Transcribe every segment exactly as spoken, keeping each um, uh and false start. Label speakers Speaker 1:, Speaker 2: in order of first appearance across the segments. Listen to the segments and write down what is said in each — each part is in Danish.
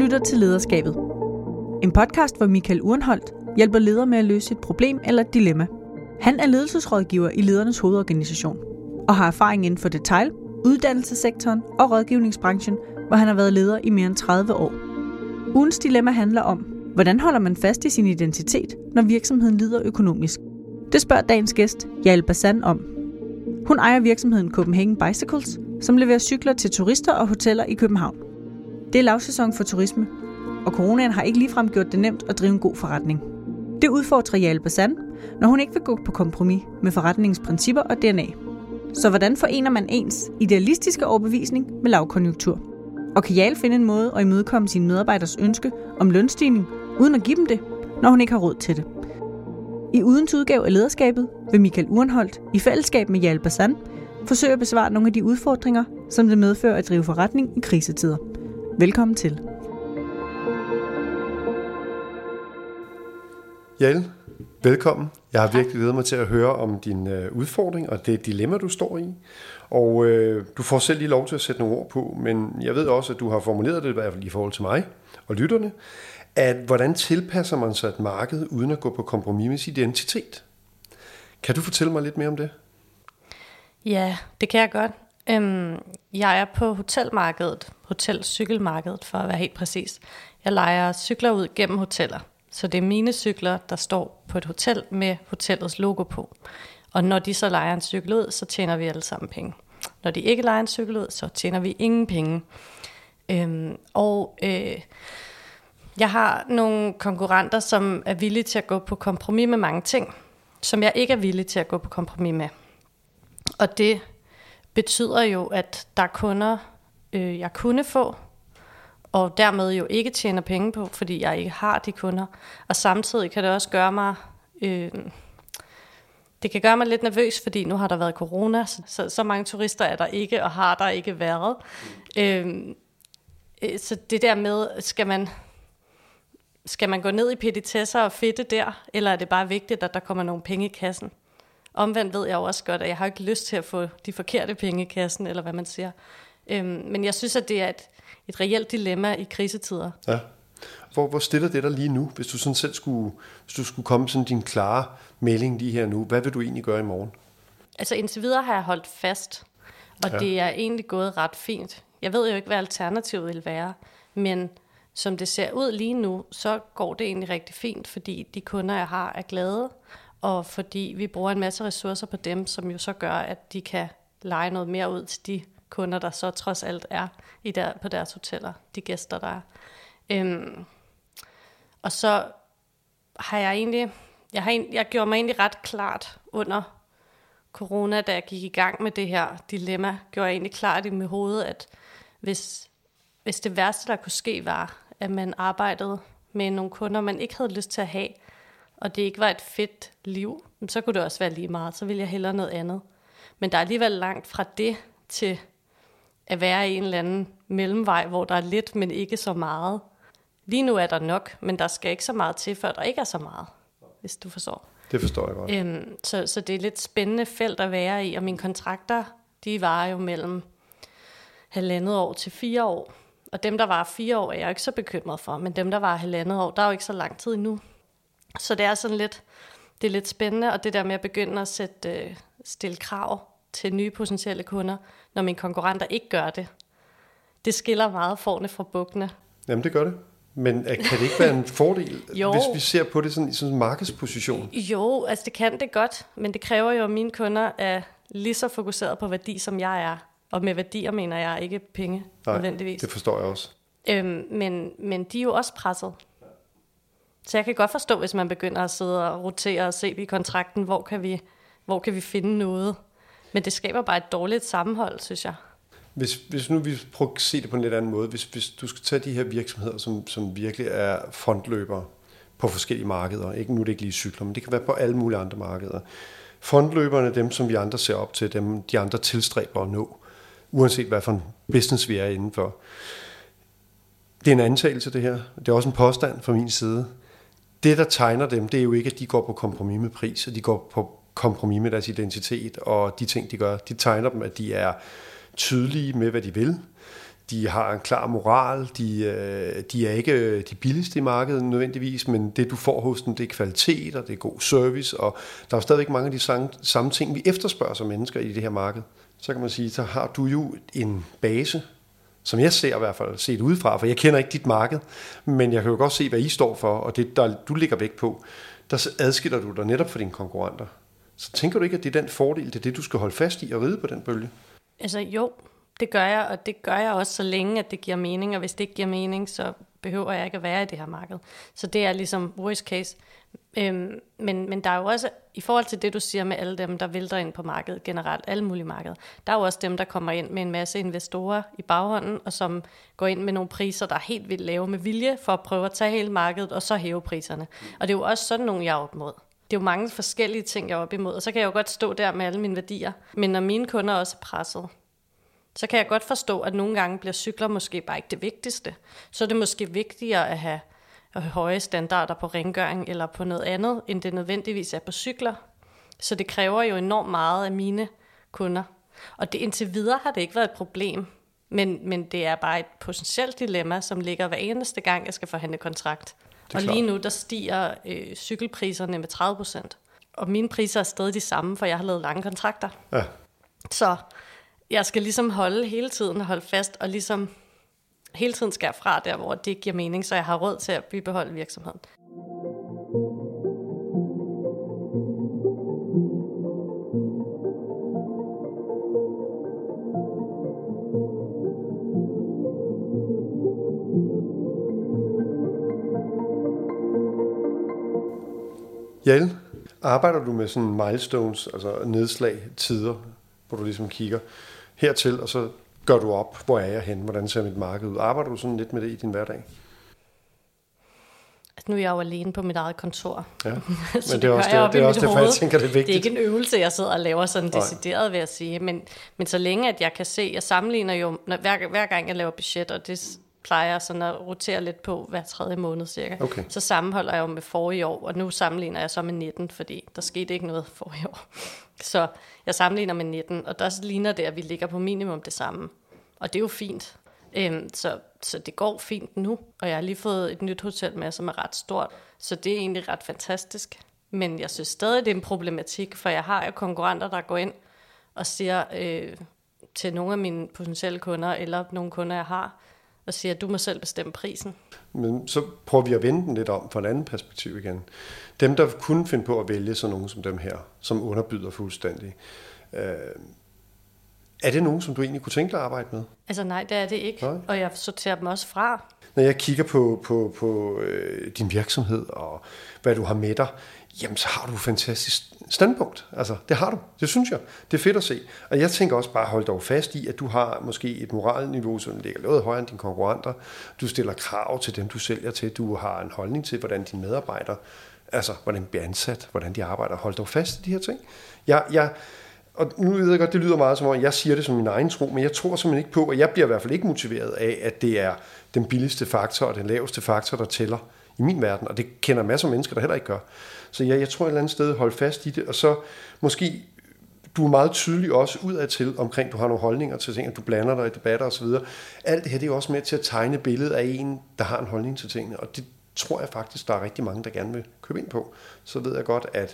Speaker 1: lytter til Lederskabet. En podcast, hvor Michael Urenholdt hjælper ledere med at løse et problem eller et dilemma. Han er ledelsesrådgiver i Ledernes Hovedorganisation og har erfaring inden for detail, uddannelsessektoren og rådgivningsbranchen, hvor han har været leder i mere end tredive år. Ugens dilemma handler om, hvordan holder man fast i sin identitet, når virksomheden lider økonomisk? Det spørger dagens gæst, Yael Bazan, om. Hun ejer virksomheden Copenhagen Bicycles, som leverer cykler til turister og hoteller i København. Det er lavsæson for turisme, og coronaen har ikke ligefrem gjort det nemt at drive en god forretning. Det udfordrer Yael Bazan, når hun ikke vil gå på kompromis med forretningens principper og D N A. Så hvordan forener man ens idealistiske overbevisning med lavkonjunktur? Og kan Yael finde en måde at imødekomme sine medarbejderes ønske om lønstigning, uden at give dem det, når hun ikke har råd til det? I ugens udgave af Lederskabet vil Michael Urenholdt i fællesskab med Yael Bazan forsøge at besvare nogle af de udfordringer, som det medfører at drive forretning i krisetider. Velkommen til.
Speaker 2: Yael, velkommen. Jeg har virkelig glædet mig til at høre om din øh, udfordring og det dilemma, du står i. Og øh, du får selv lige lov til at sætte nogle ord på, men jeg ved også, at du har formuleret det, i hvert fald i forhold til mig og lytterne, at hvordan tilpasser man sig et marked uden at gå på kompromis med sin identitet? Kan du fortælle mig lidt mere om det?
Speaker 3: Ja, det kan jeg godt. Øhm, jeg er på hotelmarkedet, hotelcykelmarkedet for at være helt præcis. Jeg lejer cykler ud gennem hoteller. Så det er mine cykler, der står på et hotel med hotellets logo på. Og når de så lejer en cykel ud, så tjener vi alle sammen penge. Når de ikke lejer en cykel ud, så tjener vi ingen penge. Øhm, og øh, jeg har nogle konkurrenter, som er villige til at gå på kompromis med mange ting, som jeg ikke er villig til at gå på kompromis med. Og det betyder jo, at der er kunder, øh, jeg kunne få, og dermed jo ikke tjener penge på, fordi jeg ikke har de kunder. Og samtidig kan det også gøre mig, øh, det kan gøre mig lidt nervøs, fordi nu har der været corona, så, så mange turister er der ikke, og har der ikke været. Øh, så det der med, skal man, skal man gå ned i petitesser og fedte der, eller er det bare vigtigt, at der kommer nogle penge i kassen? Omvendt ved jeg jo også godt, at jeg har ikke lyst til at få de forkerte penge i kassen, eller hvad man siger. Øh, men jeg synes, at det er et Et reelt dilemma i krisetider.
Speaker 2: Ja. Hvor, hvor stiller det dig lige nu, hvis du sådan selv skulle, hvis du skulle komme sådan din klare melding lige her nu? Hvad vil du egentlig gøre i morgen?
Speaker 3: Altså indtil videre har jeg holdt fast, og ja. Det er egentlig gået ret fint. Jeg ved jo ikke, hvad alternativet vil være, men som det ser ud lige nu, så går det egentlig rigtig fint, fordi de kunder, jeg har, er glade, og fordi vi bruger en masse ressourcer på dem, som jo så gør, at de kan leje noget mere ud til de kunder, der så trods alt er i der, på deres hoteller, de gæster, der er. Øhm, og så har jeg egentlig, jeg, har, jeg gjorde mig egentlig ret klart under corona, da jeg gik i gang med det her dilemma, gjorde jeg egentlig klart i mit hoved, at hvis, hvis det værste, der kunne ske, var, at man arbejdede med nogle kunder, man ikke havde lyst til at have, og det ikke var et fedt liv, så kunne det også være lige meget, så ville jeg hellere noget andet. Men der er alligevel langt fra det til at være i en eller anden mellemvej, hvor der er lidt, men ikke så meget. Lige nu er der nok, men der skal ikke så meget til, før der ikke er så meget, hvis du forstår.
Speaker 2: Det forstår jeg godt.
Speaker 3: Øhm, så, så det er et lidt spændende felt at være i, og mine kontrakter, de varer jo mellem halvandet år til fire år. Og dem, der var fire år, er jeg ikke så bekymret for, men dem, der var halvandet år, der er jo ikke så lang tid endnu. Så det er sådan lidt, det er lidt spændende, og det der med at begynde at sætte, øh, stille krav til nye potentielle kunder, når mine konkurrenter ikke gør det. Det skiller meget forne fra bukkene.
Speaker 2: Jamen det gør det. Men kan det ikke være en fordel, hvis vi ser på det sådan, i sådan en markedsposition?
Speaker 3: Jo, altså det kan det godt, men det kræver jo, at mine kunder er lige så fokuseret på værdi, som jeg er. Og med værdier mener jeg ikke penge,
Speaker 2: Nej,
Speaker 3: nødvendigvis.
Speaker 2: Det forstår jeg også.
Speaker 3: Øhm, men, men de er jo også presset. Så jeg kan godt forstå, hvis man begynder at sidde og rotere og se i kontrakten, hvor kan vi, hvor kan vi finde noget. Men det skaber bare et dårligt sammenhold, synes jeg.
Speaker 2: Hvis, hvis nu vi prøver at se det på en lidt anden måde, hvis, hvis du skal tage de her virksomheder, som, som virkelig er frontløbere på forskellige markeder, ikke nu er det ikke lige cykler, men det kan være på alle mulige andre markeder. Frontløberne er dem, som vi andre ser op til, dem de andre tilstræber at nå, uanset hvad for en business vi er indenfor. Det er en antagelse det her, det er også en påstand fra min side. Det der tegner dem, det er jo ikke, at de går på kompromis med pris, og de går på kompromis med deres identitet og de ting, de gør. De tegner dem, at de er tydelige med, hvad de vil. de har en klar moral, de, de er ikke de billigste i markedet nødvendigvis, men det du får hos dem, det er kvalitet, og det er god service, og der er jo stadigvæk mange af de samme, samme ting, vi efterspørger som mennesker i det her marked. Så kan man sige, så har du jo en base, som jeg ser i hvert fald set udefra, for jeg kender ikke dit marked, men jeg kan jo godt se, hvad I står for, og det, der du ligger væk på, der adskiller du dig netop for dine konkurrenter. Så tænker du ikke, at det er den fordel, det er det, du skal holde fast i og ride på den bølge?
Speaker 3: Altså jo, det gør jeg, og det gør jeg også så længe, at det giver mening, og hvis det ikke giver mening, så behøver jeg ikke at være i det her marked. Så det er ligesom worst case. Øhm, men, men der er jo også, i forhold til det, du siger med alle dem, der vælter ind på markedet generelt, alle mulige markeder, der er jo også dem, der kommer ind med en masse investorer i baghånden, og som går ind med nogle priser, der er helt vildt lave med vilje, for at prøve at tage hele markedet, og så hæve priserne. Og det er jo også sådan nogle, jeg er op mod. Det er jo mange forskellige ting, jeg er op imod, og så kan jeg jo godt stå der med alle mine værdier. Men når mine kunder også er presset, så kan jeg godt forstå, at nogle gange bliver cykler måske bare ikke det vigtigste. Så er det måske vigtigere at have, at have høje standarder på rengøring eller på noget andet, end det nødvendigvis er på cykler. Så det kræver jo enormt meget af mine kunder. Og det, indtil videre har det ikke været et problem, men, men det er bare et potentielt dilemma, som ligger hver eneste gang, jeg skal forhandle kontrakt. Og lige nu, der stiger øh, cykelpriserne med tredive procent. Og mine priser er stadig de samme, for jeg har lavet lange kontrakter.
Speaker 2: Ja.
Speaker 3: Så jeg skal ligesom holde hele tiden og holde fast, og ligesom hele tiden skal jeg fra der, hvor det giver mening, så jeg har råd til at bibeholde virksomheden.
Speaker 2: Jelle, arbejder du med sådan milestones, altså nedslag, tider, hvor du ligesom kigger hertil, og så gør du op, hvor er jeg henne, hvordan ser mit marked ud? Arbejder du sådan lidt med det i din hverdag?
Speaker 3: Altså, nu er jeg jo alene på mit eget kontor.
Speaker 2: Ja.
Speaker 3: så
Speaker 2: men
Speaker 3: det,
Speaker 2: det er også, det, det er også derfor, jeg tænker, det er vigtigt.
Speaker 3: Det er ikke en øvelse, jeg sidder og laver sådan decideret, vil jeg sige. Men, men så længe, at jeg kan se, jeg sammenligner jo, når, hver, hver gang jeg laver budget, og det plejer jeg sådan at rotere lidt på hver tredje måned cirka,
Speaker 2: okay.
Speaker 3: Så sammenholder jeg jo med forrige år, og nu sammenligner jeg så med nitten, fordi der skete ikke noget forrige år. Så jeg sammenligner med nitten, og der ligner det, at vi ligger på minimum det samme. Og det er jo fint. Øhm, så, så det går fint nu, og jeg har lige fået et nyt hotel med, som er ret stort. Så det er egentlig ret fantastisk. Men jeg synes stadig, det er en problematik, for jeg har jo konkurrenter, der går ind og siger øh, til nogle af mine potentielle kunder, eller nogle kunder, jeg har, og siger, at du må selv bestemme prisen.
Speaker 2: Men så prøver vi at vende den lidt om fra et andet perspektiv igen. Dem, der kunne finde på at vælge sådan nogen som dem her, som underbyder fuldstændig, øh, er det nogen, som du egentlig kunne tænke dig at arbejde med?
Speaker 3: Altså nej, det er det ikke, nej. Og jeg sorterer dem også fra.
Speaker 2: Når jeg kigger på, på, på øh, din virksomhed og hvad du har med dig, jamen så har du et fantastisk standpunkt. Altså, det har du. Det synes jeg. Det er fedt at se. Og jeg tænker også bare, hold dog fast i, at du har måske et moralniveau, som ligger noget højere end dine konkurrenter. Du stiller krav til dem, du sælger til. Du har en holdning til, hvordan dine medarbejdere, altså hvordan de bliver ansat, hvordan de arbejder. Hold dog fast i de her ting. Jeg, jeg, og nu ved jeg godt, det lyder meget som om, jeg siger det som min egen tro, men jeg tror simpelthen ikke på, og jeg bliver i hvert fald ikke motiveret af, at det er den billigste faktor og den laveste faktor, der tæller i min verden. Og det kender masser af mennesker, der heller ikke gør. Så jeg, jeg tror et eller andet sted holde fast i det, og så måske, du er meget tydelig også udadtil omkring, du har nogle holdninger til ting, at du blander dig i debatter osv. Alt det her, det er også med til at tegne billedet af en, der har en holdning til tingene, og det tror jeg faktisk, der er rigtig mange, der gerne vil købe ind på. Så ved jeg godt, at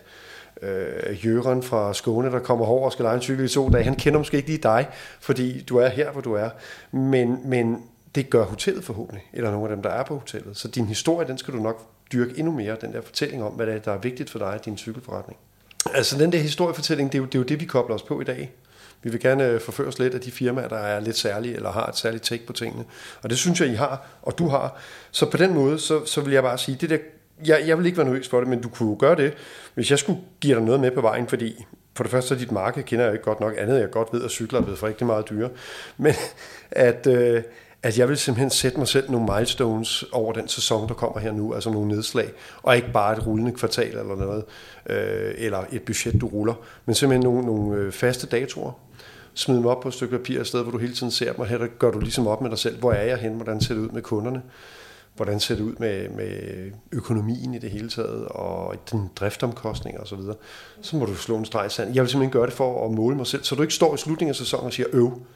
Speaker 2: øh, Jørgen fra Skåne, der kommer over og skal lege en cykel i to dage, han kender måske ikke lige dig, fordi du er her, hvor du er, men, men det gør hotellet forhåbentlig, eller nogle af dem, der er på hotellet. Så din historie, den skal du nok dyrke endnu mere, den der fortælling om, hvad det er, der er vigtigt for dig i din cykelforretning. Altså den der historiefortælling, det er, jo, det er jo det, vi kobler os på i dag. Vi vil gerne forføre os lidt af de firmaer, der er lidt særlige, eller har et særligt take på tingene. Og det synes jeg, I har, og du har. Så på den måde, så, så vil jeg bare sige, det der, jeg, jeg vil ikke være nervøs for det, men du kunne gøre det, hvis jeg skulle give dig noget med på vejen, fordi for det første, så dit marked kender jeg ikke godt nok, andet jeg godt ved, at cykler er blevet for rigtig meget dyre. Men at... Øh, at jeg vil simpelthen sætte mig selv nogle milestones over den sæson, der kommer her nu, altså nogle nedslag, og ikke bare et rullende kvartal eller noget, øh, eller et budget, du ruller, men simpelthen nogle, nogle faste datoer. Smid dem op på et stykke papir et sted, hvor du hele tiden ser dem, og her gør du ligesom op med dig selv, hvor er jeg henne, hvordan ser det ud med kunderne, hvordan ser det ud med, med økonomien i det hele taget, og den driftomkostninger osv. Så, så må du slå en streg i sand. Jeg vil simpelthen gøre det for at måle mig selv, så du ikke står i slutningen af sæsonen og siger, øv,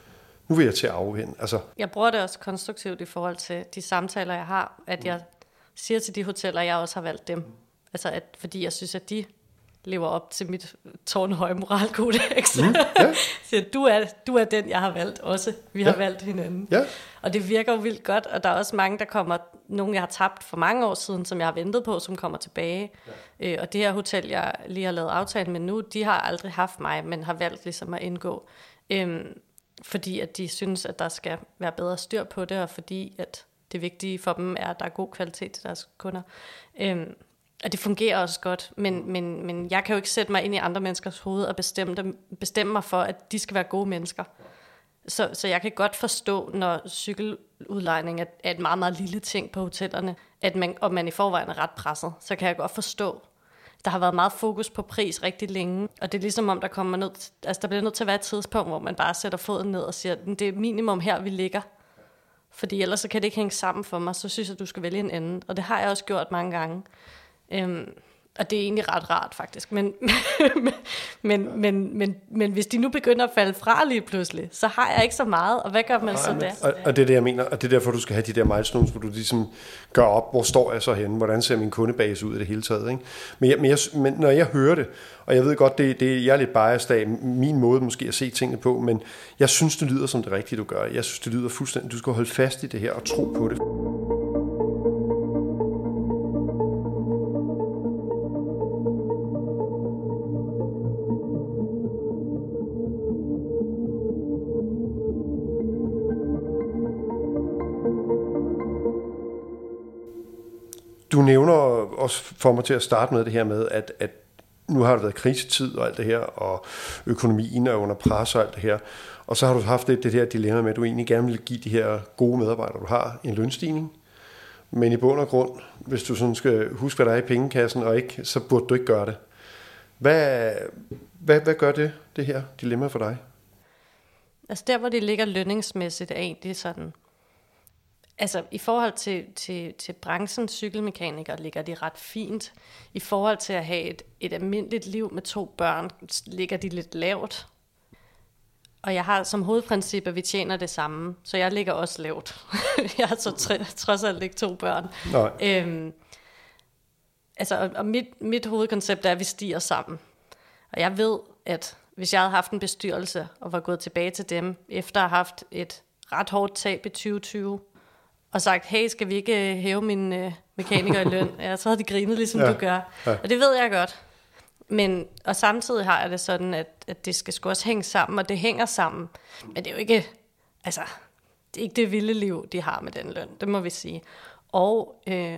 Speaker 2: nu vil jeg til at afhænde. Altså,
Speaker 3: jeg bruger det også konstruktivt i forhold til de samtaler, jeg har, at jeg siger til de hoteller, jeg også har valgt dem. Altså, at, fordi jeg synes, at de lever op til mit tårnhøje moralkodex. Mm, ja. Så du er, du er den, jeg har valgt også. Vi har ja. valgt hinanden.
Speaker 2: Ja.
Speaker 3: Og det virker jo vildt godt, og der er også mange, der kommer, nogle jeg har tabt for mange år siden, som jeg har ventet på, som kommer tilbage. Ja. Øh, og det her hotel, jeg lige har lavet aftale med nu, de har aldrig haft mig, men har valgt ligesom at indgå. Øhm, fordi at de synes, at der skal være bedre styr på det, og fordi at det vigtige for dem er, at der er god kvalitet til deres kunder. Øhm, Og det fungerer også godt, men, men, men jeg kan jo ikke sætte mig ind i andre menneskers hoved og bestemme, dem, bestemme mig for, at de skal være gode mennesker. Så, så jeg kan godt forstå, når cykeludlejning er, er et meget, meget lille ting på hotellerne, at man, og man i forvejen er ret presset, så kan jeg godt forstå. Der har været meget fokus på pris rigtig længe, og det er ligesom om, der kommer ned, altså der bliver nødt til at være et tidspunkt, hvor man bare sætter foden ned og siger, det er minimum her, vi ligger. Fordi ellers så kan det ikke hænge sammen for mig, så synes jeg, at du skal vælge en anden. Og det har jeg også gjort mange gange. Øhm, og det er egentlig ret rart faktisk, men, men, men, men, men hvis de nu begynder at falde fra lige pludselig, så har jeg ikke så meget, og hvad gør man så der?
Speaker 2: Og, og det er det, jeg mener, og det er derfor, du skal have de der milestones, hvor du ligesom gør op, hvor står jeg så henne, hvordan ser min kundebase ud i det hele taget, ikke? Men, jeg, men, jeg, men når jeg hører det, og jeg ved godt, det, det jeg er lidt biased af min måde måske at se tingene på, men jeg synes, det lyder som det rigtige, du gør. Jeg synes, det lyder fuldstændig, du skal holde fast i det her og tro på det. Du nævner også for mig til at starte med det her med, at, at nu har det været krisetid og alt det her, og økonomien er under pres og alt det her. Og så har du haft det, det her dilemma med, at du egentlig gerne vil give de her gode medarbejdere, du har, en lønstigning. Men i bund og grund, hvis du sådan skal huske, hvad der er i pengekassen, og ikke, så burde du ikke gøre det. Hvad, hvad, hvad gør det, det her dilemma for dig?
Speaker 3: Altså der, hvor det ligger lønningsmæssigt, er egentlig sådan... Altså i forhold til, til, til branchen cykelmekanikere ligger de ret fint. I forhold til at have et, et almindeligt liv med to børn, ligger de lidt lavt. Og jeg har som hovedprincip, at vi tjener det samme, så jeg ligger også lavt. Jeg har så tre, trods alt ikke to børn.
Speaker 2: Nej.
Speaker 3: Øhm, altså, og, og mit, mit hovedkoncept er, at vi stiger sammen. Og jeg ved, at hvis jeg havde haft en bestyrelse og var gået tilbage til dem, efter at have haft et ret hårdt tab i tyve tyve, og sagt, hey, skal vi ikke hæve min øh, mekaniker i løn? Ja, så havde de grinet, ligesom ja, du gør. Ja. Og det ved jeg godt. Men, og samtidig har jeg det sådan, at, at det skal sgu også hænge sammen, og det hænger sammen. Men det er jo ikke, altså, det er ikke det vilde liv, de har med den løn, det må vi sige. Og øh,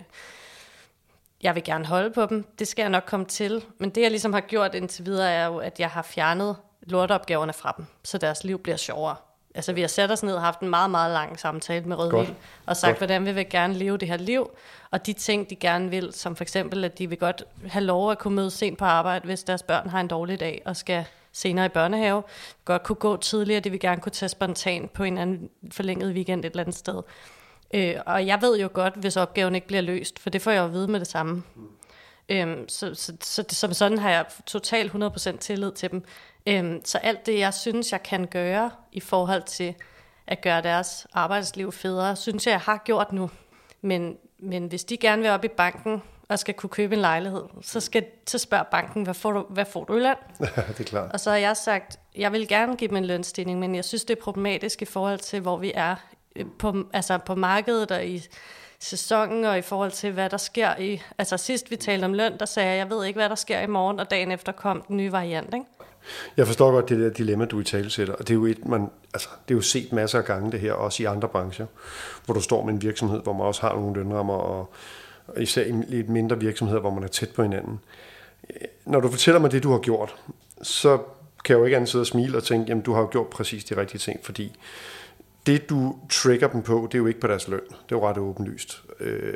Speaker 3: jeg vil gerne holde på dem, det skal jeg nok komme til. Men det, jeg ligesom har gjort indtil videre, er jo, at jeg har fjernet lorteopgaverne fra dem, så deres liv bliver sjovere. Altså vi har sat os ned og haft en meget, meget lang samtale med Rødvin, godt, og sagt, godt. Hvordan vi vil gerne leve det her liv, og de ting, de gerne vil, som for eksempel, at de vil godt have lov at kunne møde sent på arbejde, hvis deres børn har en dårlig dag, og skal senere i børnehave, godt kunne gå tidligere, de vil gerne kunne tage spontant på en anden forlænget weekend et eller andet sted. Øh, og jeg ved jo godt, hvis opgaven ikke bliver løst, for det får jeg jo at vide med det samme. Mm. Øhm, så, så, så, så som sådan har jeg totalt hundrede procent tillid til dem. Øhm, så alt det, jeg synes, jeg kan gøre i forhold til at gøre deres arbejdsliv federe, synes jeg, jeg har gjort nu. Men, men hvis de gerne vil op i banken og skal kunne købe en lejlighed, så, skal, så spørger banken, hvad får du, hvad får du i løn?
Speaker 2: Det er klart.
Speaker 3: Og så har jeg sagt, jeg vil gerne give dem en lønstigning, men jeg synes, det er problematisk i forhold til, hvor vi er på, altså på markedet og i sæsonen, og i forhold til, hvad der sker i... Altså sidst vi talte om løn, der sagde jeg, jeg ved ikke, hvad der sker i morgen, og dagen efter kom den nye variant, ikke?
Speaker 2: Jeg forstår godt det der dilemma, du i tale sætter, og det er jo et, man, altså, det er jo set masser af gange det her, også i andre brancher, hvor du står med en virksomhed, hvor man også har nogle lønrammer, og, og især i lidt mindre virksomheder, hvor man er tæt på hinanden. Når du fortæller mig det, du har gjort, så kan jeg jo ikke andet sidde og smile og tænke, jamen du har jo gjort præcis de rigtige ting, fordi det, du trigger dem på, det er jo ikke på deres løn. Det er jo ret åbenlyst. Øh, og,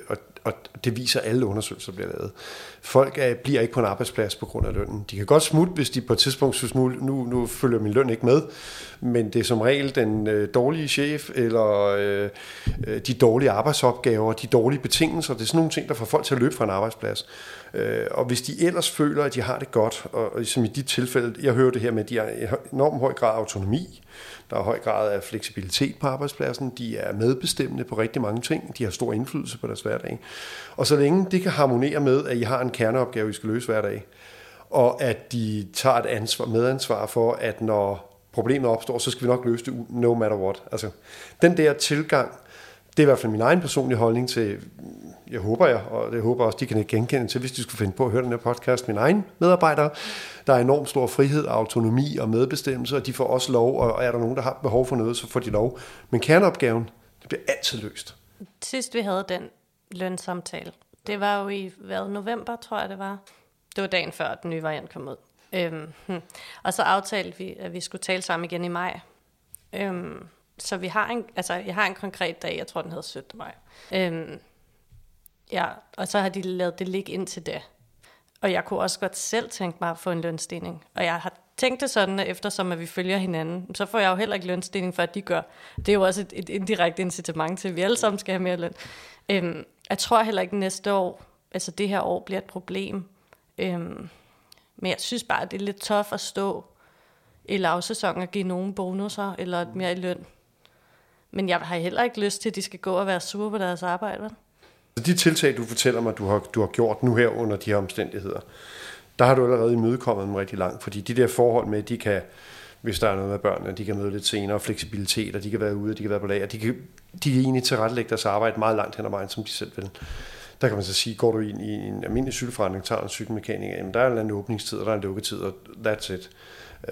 Speaker 2: og det viser alle undersøgelser, der bliver lavet. Folk er, bliver ikke på en arbejdsplads på grund af lønnen. De kan godt smutte, hvis de på et tidspunkt synes, nu, nu, nu følger min løn ikke med, men det er som regel den øh, dårlige chef, eller øh, de dårlige arbejdsopgaver, de dårlige betingelser. Det er sådan nogle ting, der får folk til at løbe fra en arbejdsplads. Øh, og hvis de ellers føler, at de har det godt, og, og som i de tilfælde, jeg hører det her med, at de har en enormt høj grad af autonomi, der er høj grad af fleksibilitet på arbejdspladsen, de er medbestemmende på rigtig mange ting, de har stor indflydelse på deres hverdag. Og så længe det kan harmonere med, at I har en kerneopgave, I skal løse hver dag, og at de tager et ansvar, medansvar for, at når problemet opstår, så skal vi nok løse det no matter what. Altså, den der tilgang, det er i hvert fald min egen personlige holdning til, jeg håber jeg, og det håber også, de kan ikke genkende til, hvis de skulle finde på at høre den her podcast, mine egne medarbejdere. Der er enormt stor frihed, autonomi og medbestemmelse, og de får også lov, og er der nogen, der har behov for noget, så får de lov. Men kerneopgaven, det bliver altid løst.
Speaker 3: Sidst vi havde den lønsamtale, det var jo i hvad, november, tror jeg det var. Det var dagen før, den nye variant kom ud. Øhm, hm. Og så aftalte vi, at vi skulle tale sammen igen i maj. Øhm, så vi har en, altså, jeg har en konkret dag, jeg tror, den hedder syttende maj. Øhm, ja, og så har de lavet det ligge indtil da. Og jeg kunne også godt selv tænke mig at få en lønstigning. Og jeg har tænkt det sådan, at eftersom at vi følger hinanden, så får jeg jo heller ikke lønstigning, for at de gør. Det er jo også et, et indirekte incitament til, at vi alle sammen skal have mere løn. Øhm, jeg tror heller ikke næste år, altså det her år, bliver et problem. Øhm, men jeg synes bare, at det er lidt tough at stå i lavsæson og give nogen bonusser eller mere i løn. Men jeg har heller ikke lyst til, at de skal gå og være sure på deres arbejde.
Speaker 2: De tiltag, du fortæller mig, du har, du har gjort nu her under de her omstændigheder, der har du allerede imødekommet dem rigtig langt, fordi de der forhold med, de kan, hvis der er noget med børnene, de kan møde lidt senere, fleksibilitet, og de kan være ude, de kan være på lager, de kan, de kan egentlig tilrettelægge deres arbejde meget langt hen ad vejen, som de selv vil. Der kan man så sige, går du ind i en almindelig cykelforretning, tager en cykelmekaniker, jamen der er en åbningstid, og der er en lukketid, og that's it. Øh,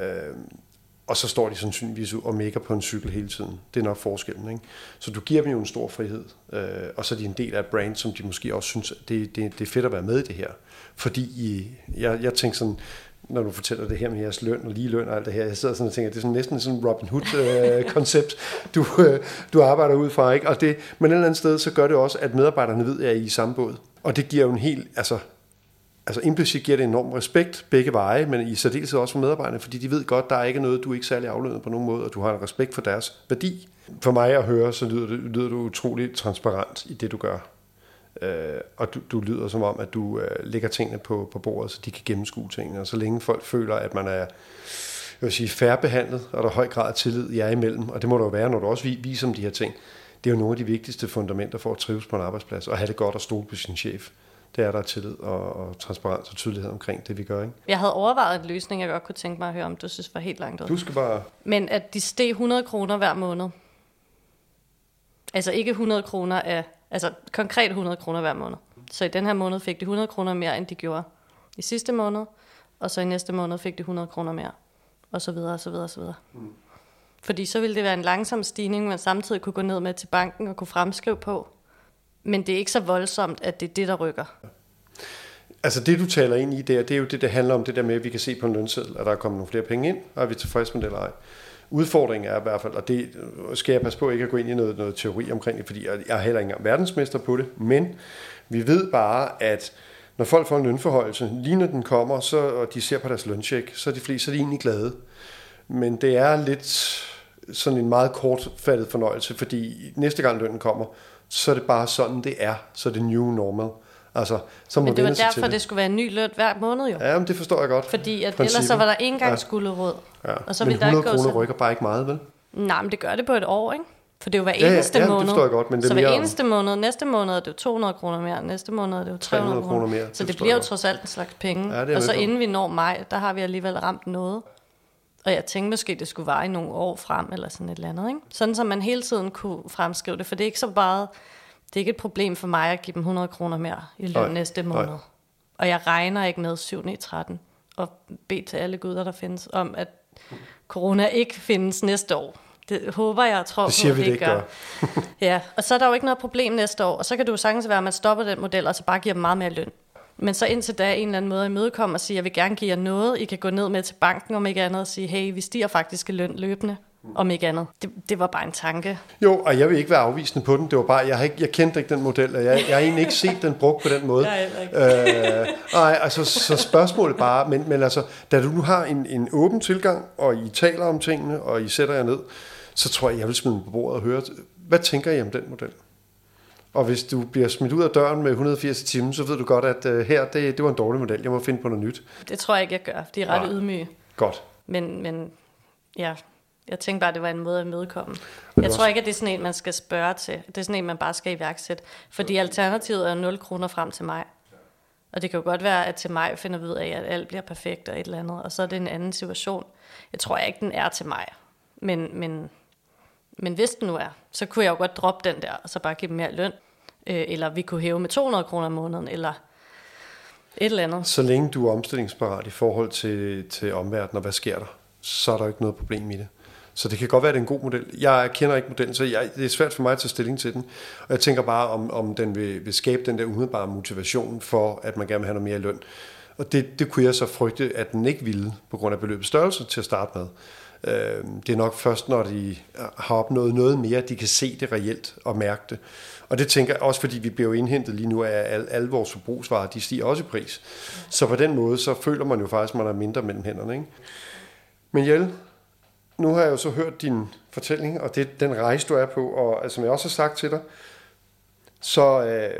Speaker 2: og så står de sandsynligvis og mækker på en cykel hele tiden. Det er nok forskellen, ikke? Så du giver dem jo en stor frihed, øh, og så er de en del af et brand, som de måske også synes, det, det, det er fedt at være med i det her. Fordi I, jeg, jeg tænker sådan, når du fortæller det her med jeres løn og lige løn og alt det her, jeg sidder sådan og tænker, det er sådan næsten sådan en Robin Hood-koncept, øh, du, øh, du arbejder ud fra, ikke? Og det, men et eller andet sted, så gør det også, at medarbejderne ved, at I er i samme båd. Og det giver jo en helt, altså, altså implicit giver det enorm respekt begge veje, men i særdeleshed også for medarbejderne, fordi de ved godt, der er ikke noget, du er ikke særlig aflønnet på nogen måde, og du har en respekt for deres værdi. For mig at høre, så lyder, det, lyder du utroligt transparent i det, du gør. Øh, og du, du lyder som om, at du øh, lægger tingene på, på bordet, så de kan gennemskue tingene. Og så længe folk føler, at man er, jeg vil sige, fair behandlet, og der er høj grad af tillid jer imellem, og det må der jo være, når du også viser om de her ting. Det er jo nogle af de vigtigste fundamenter for at trives på en arbejdsplads, og have det godt og stole på sin chef. Det er der tillid og, og transparens og tydelighed omkring det, vi gør, ikke?
Speaker 3: Jeg havde overvejet en løsning, jeg godt kunne tænke mig at høre om, du synes var helt langt ud.
Speaker 2: Du skal bare...
Speaker 3: Men at de steg hundrede kroner hver måned. Altså ikke hundrede kroner af... Altså konkret hundrede kroner hver måned. Så i den her måned fik de hundrede kroner mere, end de gjorde i sidste måned. Og så i næste måned fik de hundrede kroner mere. Og så videre, og så videre, og så videre. Mm. Fordi så ville det være en langsom stigning, man samtidig kunne gå ned med til banken og kunne fremskrive på. Men det er ikke så voldsomt, at det er det, der rykker.
Speaker 2: Altså det, du taler ind i der, det er jo det, der handler om det der med, at vi kan se på en lønseddel, at der er kommet nogle flere penge ind, og er vi tilfredse med det eller ej. Udfordringen er i hvert fald, og det skal jeg passe på ikke at gå ind i noget, noget teori omkring det, fordi jeg er heller ikke engang verdensmester på det, men vi ved bare, at når folk får en lønforhøjelse, lige når den kommer, så, og de ser på deres løncheck, så er de fleste, så er de egentlig glade. Men det er lidt sådan en meget kortfattet fornøjelse, fordi næste gang lønnen kommer, så er det bare sådan, det er. Så er det new normal. Altså, så må
Speaker 3: men det var derfor,
Speaker 2: det.
Speaker 3: det skulle være en ny løn hver måned jo.
Speaker 2: Ja, men det forstår jeg godt.
Speaker 3: Fordi at ellers så var der ikke engang
Speaker 2: ja.
Speaker 3: skulderråd.
Speaker 2: Ja.
Speaker 3: Og så
Speaker 2: men
Speaker 3: ville
Speaker 2: hundrede
Speaker 3: der ikke
Speaker 2: kroner rykker bare ikke meget, vel?
Speaker 3: Nej, men det gør det på et år, ikke? For det er jo hver
Speaker 2: ja,
Speaker 3: eneste
Speaker 2: ja, ja,
Speaker 3: måned.
Speaker 2: Det forstår jeg godt, men det
Speaker 3: så
Speaker 2: hver
Speaker 3: mere eneste måned, næste måned er det jo to hundrede kroner mere, næste måned er det jo tre hundrede kroner mere. Så det, det bliver jo trods alt en slags penge. Ja, og så inden vi når maj, der har vi alligevel ramt noget. Og jeg tænkte måske, det skulle vare i nogle år frem, eller sådan et eller andet, ikke? Sådan, så man hele tiden kunne fremskrive det, for det er ikke så bare, det er ikke et problem for mig at give dem hundrede kroner mere i løn næste måned. Nej. Og jeg regner ikke med syv ni tretten og bed til alle guder, der findes, om at corona ikke findes næste år. Det håber jeg og tror
Speaker 2: det siger
Speaker 3: på,
Speaker 2: vi
Speaker 3: det
Speaker 2: ikke
Speaker 3: gør.
Speaker 2: gør.
Speaker 3: Ja, og så er der jo ikke noget problem næste år, og så kan det jo sagtens være, at man stopper den model, og så bare giver dem meget mere løn. Men så indtil da en eller anden måde imødekomme og sige, jeg vil gerne give jer noget, I kan gå ned med til banken, om ikke andet, og sige, hey, vi stiger faktisk i løn løbende. om ikke andet. Det, det var bare en tanke.
Speaker 2: Jo, og jeg vil ikke være afvisende på den. Det var bare, jeg, har ikke, jeg kendte ikke den model, og jeg, jeg har egentlig ikke set den brugt på den måde.
Speaker 3: Jeg ikke.
Speaker 2: Øh, nej, altså, så spørgsmålet bare, men, men altså, da du nu har en, en åben tilgang, og I taler om tingene, og I sætter jer ned, så tror jeg, jeg vil smide den på bordet og høre, hvad tænker I om den model? Og hvis du bliver smidt ud af døren med et hundrede og firs timer, så ved du godt, at uh, her, det, det var en dårlig model. Jeg må finde på noget nyt.
Speaker 3: Det tror jeg ikke, jeg gør. De er ret
Speaker 2: Nej.
Speaker 3: ydmyge.
Speaker 2: Godt.
Speaker 3: Men, men ja, jeg tænkte bare, at det var en måde at mødekomme. Jeg
Speaker 2: også...
Speaker 3: tror ikke, at det er sådan en, man skal spørge til. Det er sådan en, man bare skal iværksætte. Fordi alternativet er nul kroner frem til mig. Og det kan jo godt være, at til mig finder vi ud af, at alt bliver perfekt og et eller andet. Og så er det en anden situation. Jeg tror ikke, den er til mig. Men, men, men hvis den nu er, så kunne jeg jo godt droppe den der, og så bare give dem mere løn. Øh, eller vi kunne hæve med to hundrede kroner om måneden, eller et eller andet.
Speaker 2: Så længe du er omstillingsparat i forhold til, til omverdenen, og hvad sker der, så er der ikke noget problem i det. Så det kan godt være, at det er en god model. Jeg kender ikke modellen, så jeg, det er svært for mig at tage stilling til den. Og jeg tænker bare, om, om den vil, vil skabe den der umiddelbare motivation for, at man gerne vil have noget mere løn. Og det, det kunne jeg så frygte, at den ikke ville, på grund af beløbets størrelse til at starte med. Det er nok først, når de har opnået noget mere, at de kan se det reelt og mærke det. Og det tænker jeg også, fordi vi bliver jo indhentet lige nu, at alle, alle vores forbrugsvarer, de stiger også i pris. Så på den måde, så føler man jo faktisk, at man er mindre mellem hænderne. Ikke? Men Jelle, nu har jeg jo så hørt din fortælling, og det den rejse, du er på, og altså, som jeg også har sagt til dig, så øh,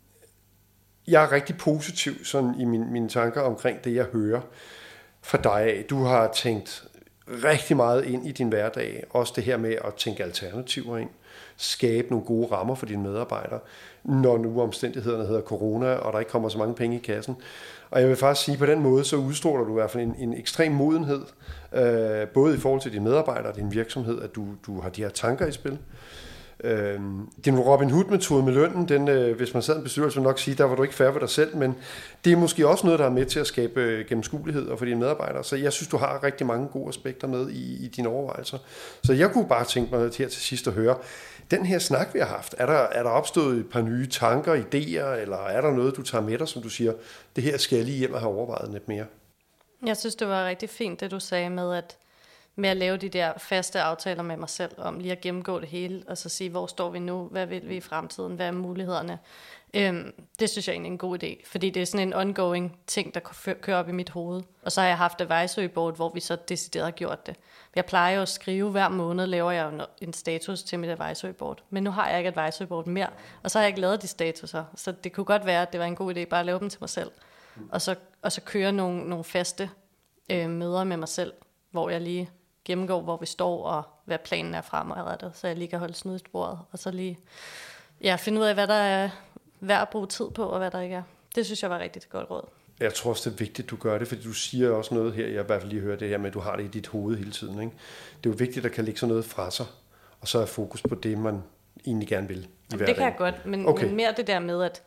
Speaker 2: jeg er rigtig positiv sådan, i min, mine tanker omkring det, jeg hører fra dig af. Du har tænkt rigtig meget ind i din hverdag, også det her med at tænke alternativer ind, skabe nogle gode rammer for dine medarbejdere, når nu omstændighederne hedder corona, og der ikke kommer så mange penge i kassen. Og jeg vil faktisk sige, at på den måde, så udstråler du i hvert fald en, en ekstrem modenhed, øh, både i forhold til dine medarbejdere og din virksomhed, at du, du har de her tanker i spil. Øh, din Robin Hood-metode med lønnen, den, øh, hvis man sad i en bestyrelse, vil nok sige, der var du ikke fair ved dig selv, men det er måske også noget, der er med til at skabe øh, gennemskuelighed for dine medarbejdere. Så jeg synes, du har rigtig mange gode aspekter med i, i dine overvejelser. Så jeg kunne bare tænke mig her til sidst at høre, den her snak, vi har haft, er der, er der opstået et par nye tanker, idéer, eller er der noget, du tager med dig, som du siger, det her skal jeg lige hjem og have overvejet lidt mere?
Speaker 3: Jeg synes, det var rigtig fint, det du sagde med at, med at lave de der faste aftaler med mig selv, om lige at gennemgå det hele, og så sige, hvor står vi nu, hvad vil vi i fremtiden, hvad er mulighederne. Øhm, det synes jeg egentlig er en god idé, fordi det er sådan en ongoing ting, der kører op i mit hoved. Og så har jeg haft advisory board, hvor vi så decideret har gjort det. Jeg plejer jo at skrive hver måned, laver jeg jo en status til mit advisory board. Men nu har jeg ikke advisory board mere, og så har jeg ikke lavet de statuser. Så det kunne godt være, at det var en god idé bare at lave dem til mig selv. Og så, og så køre nogle, nogle faste øh, møder med mig selv, hvor jeg lige gennemgår, hvor vi står, og hvad planen er fremadrettet, så jeg lige kan holde snuden i bordet, og så lige ja, finde ud af, hvad der er værd at bruge tid på, og hvad der ikke er. Det synes jeg var rigtig godt råd.
Speaker 2: Jeg tror også, det er vigtigt, at du gør det, fordi du siger også noget her, jeg i hvert fald lige hører det her med, at du har det i dit hoved hele tiden. Ikke? Det er jo vigtigt, at der kan ligge sådan noget fra sig, og så er fokus på det, man egentlig gerne vil i hverdagen.
Speaker 3: Det kan jeg godt, men, okay. men mere det der med, at,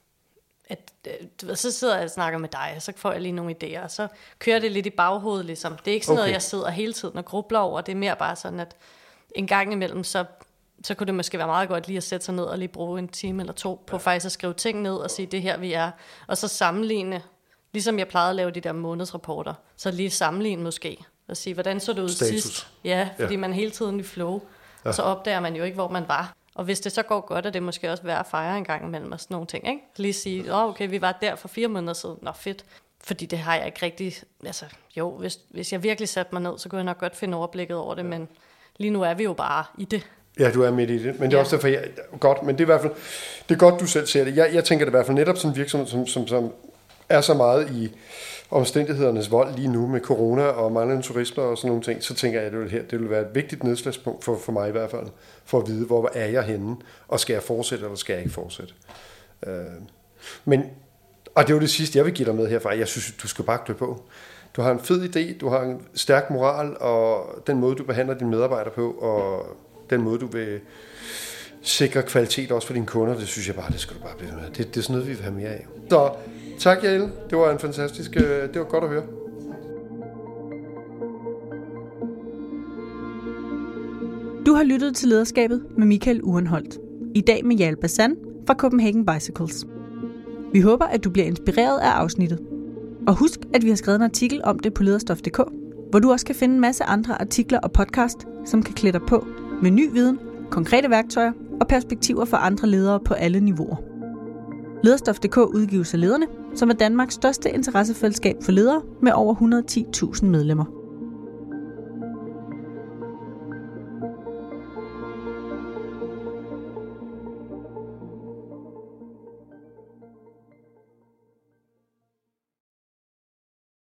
Speaker 3: at du ved, så sidder jeg og snakker med dig, og så får jeg lige nogle idéer, og så kører det lidt i baghovedet ligesom. Det er ikke sådan okay. noget, jeg sidder hele tiden og grubler over, det er mere bare sådan, at en gang imellem, så så kunne det måske være meget godt lige at sætte sig ned og lige bruge en time eller to på faktisk at skrive ting ned og sige, det her vi er, og så sammenligne, ligesom jeg plejede at lave de der månedsrapporter, så lige sammenligne måske, og sige, hvordan så det ud
Speaker 2: Status.
Speaker 3: sidst? Ja, fordi ja. man hele tiden i flow, ja. og så opdager man jo ikke, hvor man var. Og hvis det så går godt, er det måske også værd at fejre en gang imellem og sådan nogle ting, ikke? Lige sige, åh oh, okay, vi var der for fire måneder siden, nå fedt. Fordi det har jeg ikke rigtig, altså jo, hvis, hvis jeg virkelig satte mig ned, så kunne jeg nok godt finde overblikket over det, men lige nu er vi jo bare i det.
Speaker 2: Ja, du er midt i det, men det er ja. også derfor, jeg, godt, men det er i hvert fald, det er godt, du selv ser det. Jeg, jeg tænker det i hvert fald netop som virksomhed, som, som, som er så meget i omstændighedernes vold lige nu med corona og manglende turisme og sådan nogle ting, så tænker jeg, at det vil, her, det vil være et vigtigt nedslagspunkt for, for mig i hvert fald, for at vide, hvor er jeg henne, og skal jeg fortsætte, eller skal jeg ikke fortsætte. Øh, men, og det er jo det sidste, jeg vil give dig med herfra. Jeg synes, du skal bare klø på. Du har en fed idé, du har en stærk moral, og den måde, du behandler dine medarbejdere på, og den måde, du vil sikre kvalitet også for dine kunder, det synes jeg bare, det skal du bare blive med. Det, det er sådan noget, vi vil have mere af. Så tak, Jelle. Det var en fantastisk, det var godt at høre.
Speaker 1: Du har lyttet til Lederskabet med Michael Urenholdt. I dag med Jale Bazan fra Copenhagen Bicycles. Vi håber, at du bliver inspireret af afsnittet. Og husk, at vi har skrevet en artikel om det på lederstof punktum d k. hvor du også kan finde en masse andre artikler og podcast, som kan klæde dig på med ny viden, konkrete værktøjer og perspektiver for andre ledere på alle niveauer. Lederstof punktum d k udgives af Lederne, som er Danmarks største interessefællesskab for ledere med over et hundrede og ti tusind medlemmer.